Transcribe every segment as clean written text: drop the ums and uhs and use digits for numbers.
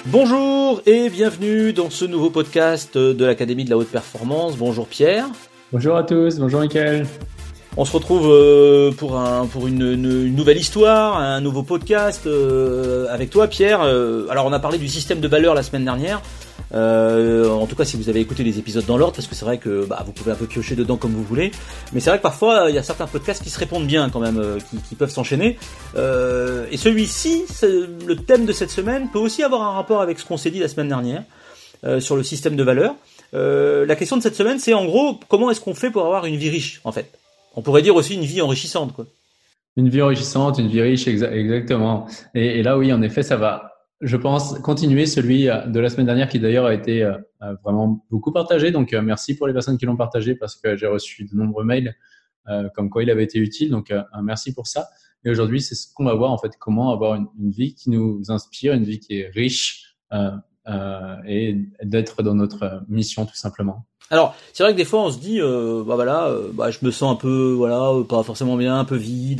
Bonjour et bienvenue dans ce nouveau podcast de l'Académie de la Haute Performance. Bonjour Pierre. Bonjour à tous, bonjour Mickaël. On se retrouve pour une nouvelle histoire, un nouveau podcast avec toi Pierre. Alors on a parlé du système de valeurs la semaine dernière. En tout cas si vous avez écouté les épisodes dans l'ordre, parce que c'est vrai que vous pouvez un peu piocher dedans comme vous voulez, mais c'est vrai que parfois il y a certains podcasts qui se répondent bien quand même, qui peuvent s'enchaîner, et celui-ci, le thème de cette semaine peut aussi avoir un rapport avec ce qu'on s'est dit la semaine dernière sur le système de valeurs. La question de cette semaine, c'est en gros comment est-ce qu'on fait pour avoir une vie riche en fait. On pourrait dire aussi une vie enrichissante, quoi. Une vie enrichissante, une vie riche, exactement. Et là, oui, en effet, ça va, je pense, continuer celui de la semaine dernière qui d'ailleurs a été vraiment beaucoup partagé. Donc, merci pour les personnes qui l'ont partagé parce que j'ai reçu de nombreux mails comme quoi il avait été utile. Donc, merci pour ça. Et aujourd'hui, c'est ce qu'on va voir, en fait, comment avoir une vie qui nous inspire, une vie qui est riche et d'être dans notre mission, tout simplement. Alors, c'est vrai que des fois on se dit je me sens un peu pas forcément bien, un peu vide,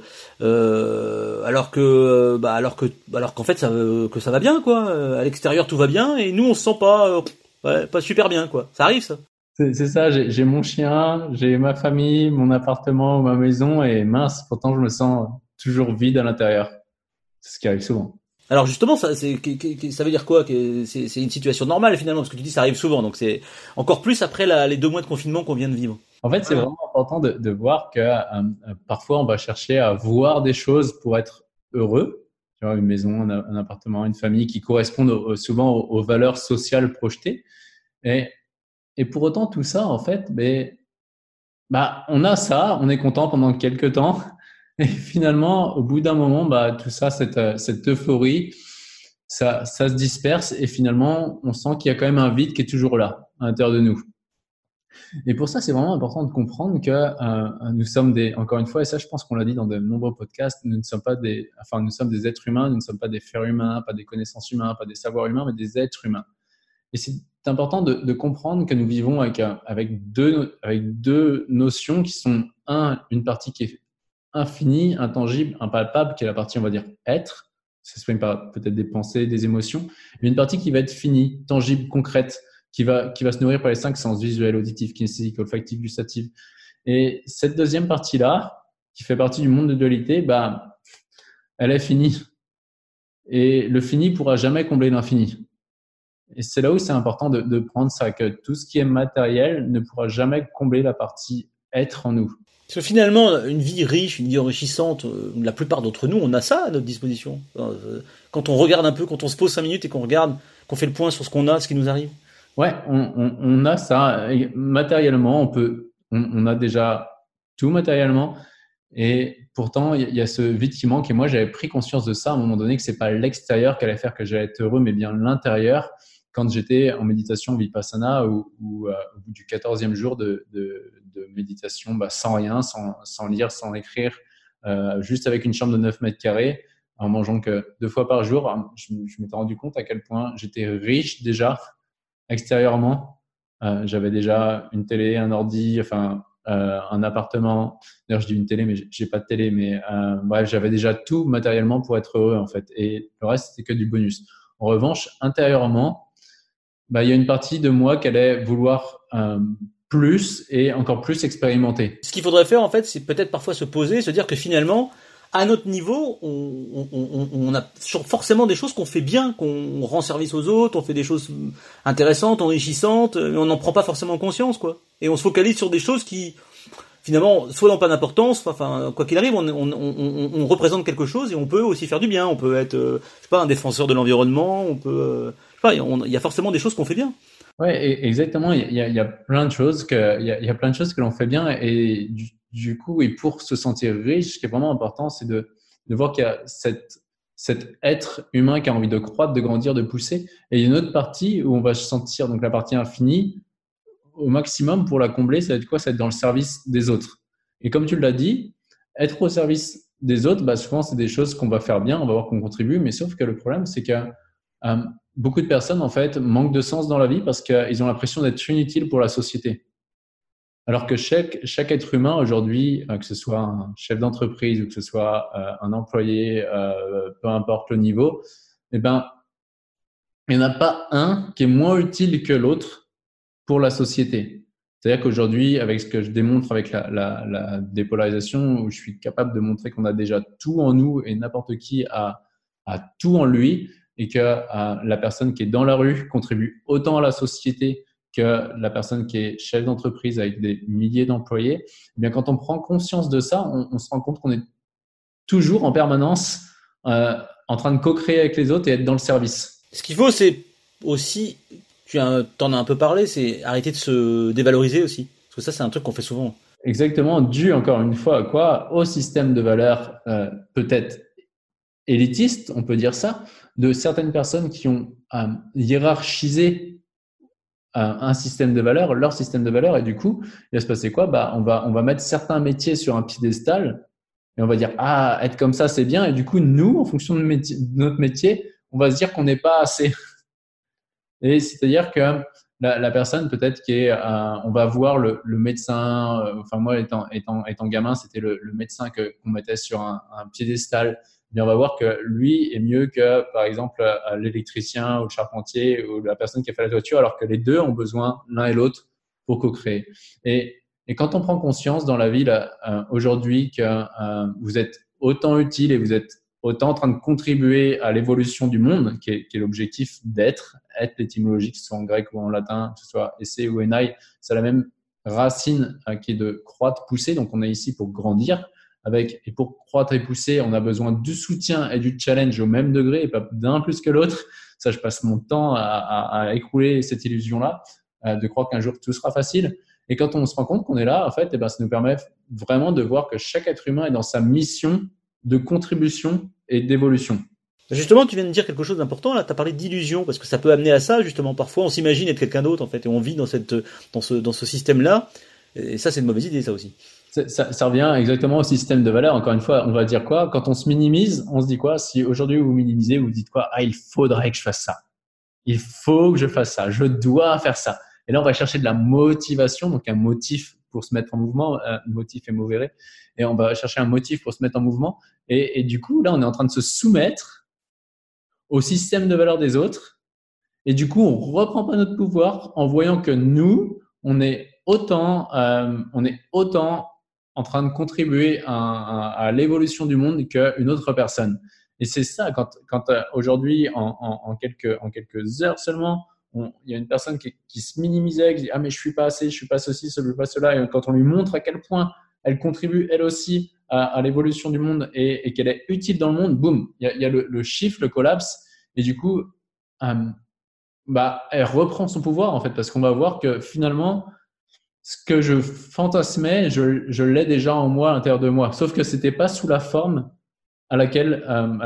alors qu'en fait ça va bien quoi. À l'extérieur tout va bien et nous on se sent pas super bien quoi. Ça arrive ça. C'est ça, j'ai mon chien, j'ai ma famille, mon appartement, ma maison et mince, pourtant je me sens toujours vide à l'intérieur. C'est ce qui arrive souvent. Alors justement, ça veut dire quoi? C'est une situation normale finalement, parce que tu dis ça arrive souvent, donc c'est encore plus après les 2 mois de confinement qu'on vient de vivre. En fait, c'est vraiment important de voir que parfois on va chercher à voir des choses pour être heureux. Tu vois, une maison, un appartement, une famille qui correspondent souvent aux valeurs sociales projetées. Et pour autant, tout ça, en fait, on a ça, on est content pendant quelques temps. Et finalement, au bout d'un moment, tout ça, cette euphorie, ça se disperse et finalement, on sent qu'il y a quand même un vide qui est toujours là, à l'intérieur de nous. Et pour ça, c'est vraiment important de comprendre que nous sommes encore une fois, et ça, je pense qu'on l'a dit dans de nombreux podcasts, nous sommes des êtres humains, nous ne sommes pas des faits humains, pas des connaissances humaines, pas des savoirs humains, mais des êtres humains. Et c'est important de comprendre que nous vivons avec deux notions qui sont une partie qui est infinie, intangible, impalpable, qui est la partie, on va dire, être. Ça s'exprime par peut-être des pensées, des émotions. Et une partie qui va être finie, tangible, concrète, qui va se nourrir par les 5 sens, visuel, auditif, kinesthésique, olfactif, gustatif. Et cette deuxième partie-là, qui fait partie du monde de dualité, elle est finie. Et le fini pourra jamais combler l'infini. Et c'est là où c'est important de prendre ça, que tout ce qui est matériel ne pourra jamais combler la partie être en nous. Parce que finalement, une vie riche, une vie enrichissante, la plupart d'entre nous, on a ça à notre disposition. Quand on regarde un peu, quand on se pose 5 minutes et qu'on regarde, qu'on fait le point sur ce qu'on a, ce qui nous arrive. Ouais, on a ça. Et matériellement, on a déjà tout matériellement. Et pourtant, il y a ce vide qui manque. Et moi, j'avais pris conscience de ça à un moment donné, que c'est pas l'extérieur qui allait faire que j'allais être heureux, mais bien l'intérieur. Quand j'étais en méditation vipassana ou au bout du 14e jour de méditation, sans rien, sans lire, sans écrire, juste avec une chambre de 9 mètres carrés, en mangeant que 2 fois par jour, je m'étais rendu compte à quel point j'étais riche déjà extérieurement. J'avais déjà une télé, un ordi, un appartement. D'ailleurs, je dis une télé, mais j'ai pas de télé. Mais bref, j'avais déjà tout matériellement pour être heureux en fait. Et le reste, c'était que du bonus. En revanche, intérieurement, il y a une partie de moi qui allait vouloir plus et encore plus expérimenter. Ce qu'il faudrait faire, en fait, c'est peut-être parfois se poser, se dire que finalement, à notre niveau, on a forcément des choses qu'on fait bien, qu'on rend service aux autres, on fait des choses intéressantes, enrichissantes, mais on n'en prend pas forcément conscience, quoi. Et on se focalise sur des choses qui, finalement, soit n'ont pas d'importance, quoi qu'il arrive, on représente quelque chose et on peut aussi faire du bien. On peut être, un défenseur de l'environnement, on peut, il y a forcément des choses qu'on fait bien. Ouais, exactement. Il y a plein de choses il y a plein de choses que l'on fait bien et du coup, et pour se sentir riche, ce qui est vraiment important, c'est de voir qu'il y a cet être humain qui a envie de croître, de grandir, de pousser. Et il y a une autre partie où on va se sentir, donc la partie infinie, au maximum pour la combler, ça va être quoi? Ça va être dans le service des autres. Et comme tu l'as dit, être au service des autres, souvent, c'est des choses qu'on va faire bien, on va voir qu'on contribue, mais sauf que le problème, c'est que beaucoup de personnes, en fait, manquent de sens dans la vie parce qu'ils ont l'impression d'être inutiles pour la société. Alors que chaque être humain aujourd'hui, que ce soit un chef d'entreprise ou que ce soit un employé, peu importe le niveau, il n'y en a pas un qui est moins utile que l'autre pour la société. C'est-à-dire qu'aujourd'hui, avec ce que je démontre avec la dépolarisation, où je suis capable de montrer qu'on a déjà tout en nous et n'importe qui a tout en lui, et que la personne qui est dans la rue contribue autant à la société que la personne qui est chef d'entreprise avec des milliers d'employés. Eh bien, quand on prend conscience de ça, on se rend compte qu'on est toujours en permanence en train de co-créer avec les autres et être dans le service. Ce qu'il faut, c'est aussi, t'en as un peu parlé, c'est arrêter de se dévaloriser aussi. Parce que ça, c'est un truc qu'on fait souvent. Exactement, dû encore une fois à quoi? Au système de valeurs peut-être élitiste, on peut dire ça, de certaines personnes qui ont hiérarchisé un système de valeurs, leur système de valeurs, et du coup, il va se passer quoi? On va mettre certains métiers sur un piédestal, et on va dire, ah, être comme ça, c'est bien, et du coup, nous, en fonction de notre métier, on va se dire qu'on n'est pas assez. Et c'est-à-dire que la personne peut-être qui est, on va voir le médecin, enfin moi étant gamin, c'était le médecin qu'on mettait sur un piédestal. Et on va voir que lui est mieux que par exemple l'électricien ou le charpentier ou la personne qui a fait la toiture, alors que les deux ont besoin l'un et l'autre pour co-créer. Et quand on prend conscience dans la vie là, aujourd'hui que vous êtes autant utile et vous êtes autant en train de contribuer à l'évolution du monde, qui est l'objectif d'être, être l'étymologie, que ce soit en grec ou en latin, que ce soit esse ou enai, c'est la même racine qui est de croître, pousser. Donc, on est ici pour grandir. Et pour croître et pousser, on a besoin du soutien et du challenge au même degré, et pas d'un plus que l'autre. Ça, je passe mon temps à écrouler cette illusion-là, de croire qu'un jour tout sera facile. Et quand on se rend compte qu'on est là, en fait, ça nous permet vraiment de voir que chaque être humain est dans sa mission de contribution et d'évolution. Justement, tu viens de dire quelque chose d'important là. Tu as parlé d'illusion parce que ça peut amener à ça justement. Parfois, on s'imagine être quelqu'un d'autre en fait et on vit dans ce système-là. Et ça, c'est une mauvaise idée, ça aussi. Ça revient exactement au système de valeurs. Encore une fois, on va dire quoi? Quand on se minimise, on se dit quoi? Si aujourd'hui vous minimisez, vous dites quoi? Ah, il faudrait que je fasse ça. Il faut que je fasse ça. Je dois faire ça. Et là, on va chercher de la motivation, donc un motif pour se mettre en mouvement. Motif est mauvais. Et on va chercher un motif pour se mettre en mouvement. Et du coup, là, on est en train de se soumettre au système de valeurs des autres. Et du coup, on reprend pas notre pouvoir en voyant que nous, on est autant en train de contribuer à l'évolution du monde qu'une autre personne. Et c'est ça, quand aujourd'hui, en quelques heures seulement, il y a une personne qui se minimisait, qui dit « Ah, mais je suis pas assez, je suis pas ceci, je suis pas cela ». Et quand on lui montre à quel point elle contribue, elle aussi, à l'évolution du monde et qu'elle est utile dans le monde, boum, il y a le shift, le collapse. Et du coup, elle reprend son pouvoir, en fait, parce qu'on va voir que finalement, ce que je fantasmais, je l'ai déjà en moi, à l'intérieur de moi. Sauf que c'était pas sous la forme à laquelle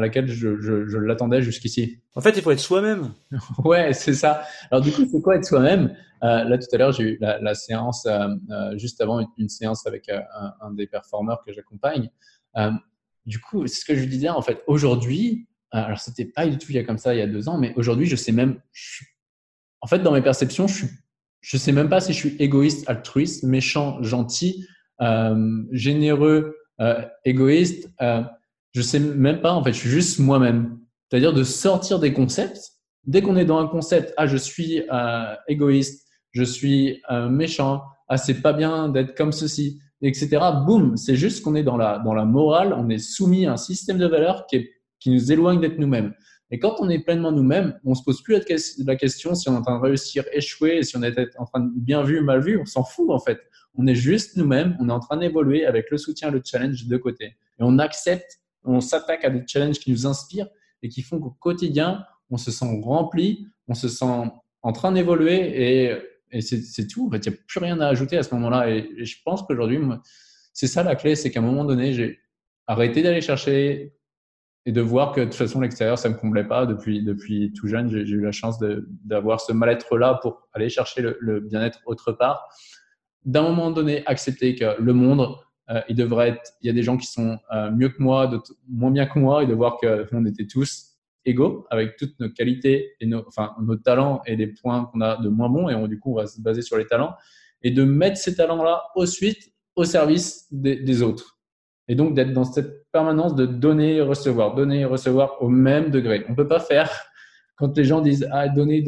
je l'attendais jusqu'ici. En fait, il faut être soi-même. Ouais, c'est ça. Alors du coup, c'est quoi être soi-même? Là, tout à l'heure, j'ai eu la séance, juste avant une séance avec un des performeurs que j'accompagne. Du coup, c'est ce que je lui disais, en fait, aujourd'hui, alors c'était pas du tout il y a comme ça, il y a 2 ans, mais aujourd'hui, je sais même, en fait, dans mes perceptions, je sais même pas si je suis égoïste, altruiste, méchant, gentil, généreux, égoïste. Je sais même pas, en fait, je suis juste moi-même. C'est-à-dire de sortir des concepts. Dès qu'on est dans un concept, ah, je suis égoïste, je suis méchant, ah, c'est pas bien d'être comme ceci, etc. Boum, c'est juste qu'on est dans la morale, on est soumis à un système de valeurs qui nous éloigne d'être nous-mêmes. Et quand on est pleinement nous-mêmes, on se pose plus la question si on est en train de réussir, échouer, si on est en train de bien vu, mal vu, on s'en fout en fait. On est juste nous-mêmes, on est en train d'évoluer avec le soutien, le challenge de côté. Et on accepte, on s'attaque à des challenges qui nous inspirent et qui font qu'au quotidien, on se sent rempli, on se sent en train d'évoluer et c'est tout. En fait, il n'y a plus rien à ajouter à ce moment-là. Et je pense qu'aujourd'hui, c'est ça la clé, c'est qu'à un moment donné, j'ai arrêté d'aller chercher et de voir que de toute façon l'extérieur ça me comblait pas. Depuis tout jeune, j'ai eu la chance d'avoir ce mal-être-là pour aller chercher le bien-être autre part. D'un moment donné, accepter que le monde, il y a des gens qui sont mieux que moi, d'autres moins bien que moi, et de voir qu'on était tous égaux avec toutes nos qualités et nos talents et les points qu'on a de moins bons, et du coup on va se baser sur les talents et de mettre ces talents-là au service des autres. Et donc, d'être dans cette permanence de donner et recevoir au même degré. On ne peut pas faire quand les gens disent donner,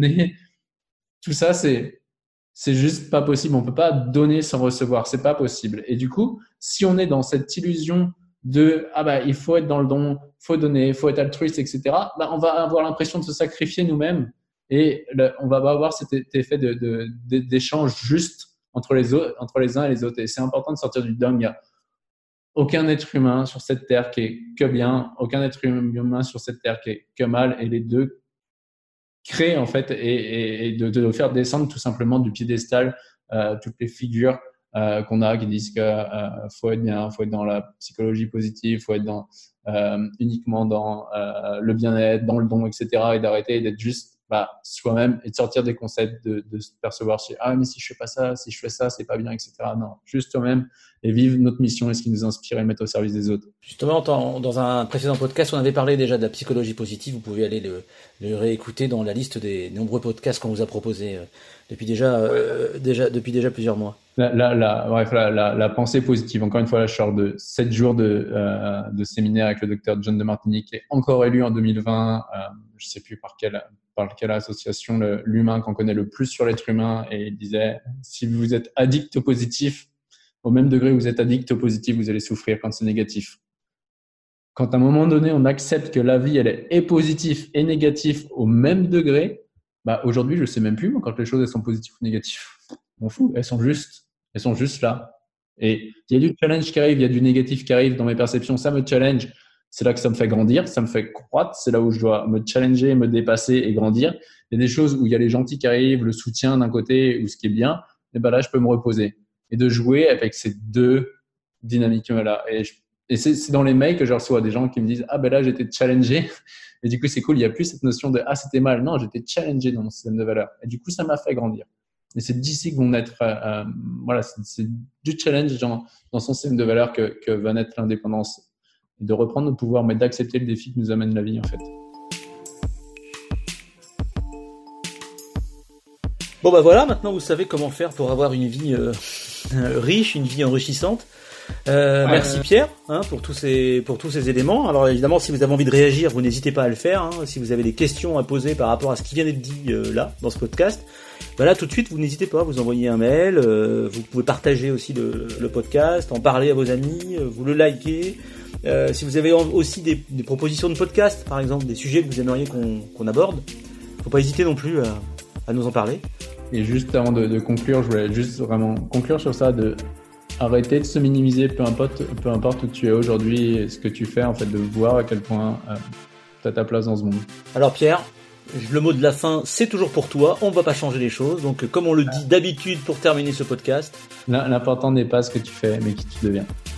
tout ça c'est juste pas possible. On peut pas donner sans recevoir, c'est pas possible. Et du coup, si on est dans cette illusion de il faut être dans le don, faut donner, faut être altruiste, etc. On va avoir l'impression de se sacrifier nous-mêmes et on va pas avoir cet effet d'échange juste entre les uns et les autres. Et c'est important de sortir du dogme. Il y a aucun être humain sur cette terre qui est que bien, aucun être humain sur cette terre qui est que mal, et les deux créent en fait et de faire descendre tout simplement du piédestal toutes les figures qu'on a qui disent que faut être bien, faut être dans la psychologie positive, faut être dans uniquement dans le bien-être, dans le don, etc. et d'arrêter d'être juste soi-même et de sortir des concepts de se percevoir mais si je fais pas ça, si je fais ça, c'est pas bien, etc. Non, juste toi-même et vivre notre mission et ce qui nous inspire et mettre au service des autres. Justement, dans un précédent podcast, on avait parlé déjà de la psychologie positive. Vous pouvez aller le réécouter dans la liste des nombreux podcasts qu'on vous a proposés depuis déjà plusieurs mois. La pensée positive. Encore une fois, là, je sors de 7 jours de séminaire avec le docteur John Demartini, qui est encore élu en 2020. Je sais plus par quelle association, l'humain qu'on connaît le plus sur l'être humain. Et il disait, si vous êtes addict au positif, au même degré où vous êtes addict au positif, vous allez souffrir quand c'est négatif. Quand à un moment donné, on accepte que la vie, elle est positive et négative au même degré, aujourd'hui, je sais même plus, moi, quand les choses, elles sont positives ou négatives. Je m'en fous, elles sont juste là. Et il y a du challenge qui arrive, il y a du négatif qui arrive dans mes perceptions, ça me challenge. C'est là que ça me fait grandir, ça me fait croître, c'est là où je dois me challenger, me dépasser et grandir. Il y a des choses où il y a les gentils qui arrivent, le soutien d'un côté ou ce qui est bien, et là, je peux me reposer. Et de jouer avec ces deux dynamiques-là. Et c'est dans les mails que je reçois des gens qui me disent là, j'étais challengé. Et du coup, c'est cool, il n'y a plus cette notion de c'était mal. Non, j'étais challengé dans mon système de valeurs. Et du coup, ça m'a fait grandir. Et c'est d'ici que vont naître, c'est du challenge dans son système de valeurs que va naître l'indépendance. Et de reprendre nos pouvoirs, mais d'accepter le défi que nous amène la vie, en fait. Bon voilà, maintenant vous savez comment faire pour avoir une vie riche, une vie enrichissante. Merci Pierre pour tous ces éléments. Alors évidemment, si vous avez envie de réagir, vous n'hésitez pas à le faire. Si vous avez des questions à poser par rapport à ce qui vient d'être dit là dans ce podcast, là tout de suite vous n'hésitez pas, vous envoyez un mail, vous pouvez partager aussi le podcast, en parler à vos amis, vous le likez. Si vous avez aussi des propositions de podcast, par exemple des sujets que vous aimeriez qu'on aborde, faut pas hésiter non plus à nous en parler. Et juste avant de conclure, je voulais juste vraiment conclure sur ça, de arrêter de se minimiser, peu importe où tu es aujourd'hui, ce que tu fais, en fait, de voir à quel point tu as ta place dans ce monde. Alors Pierre, le mot de la fin, c'est toujours pour toi, on ne va pas changer les choses, donc comme on le dit d'habitude pour terminer ce podcast. L'important n'est pas ce que tu fais, mais qui tu deviens.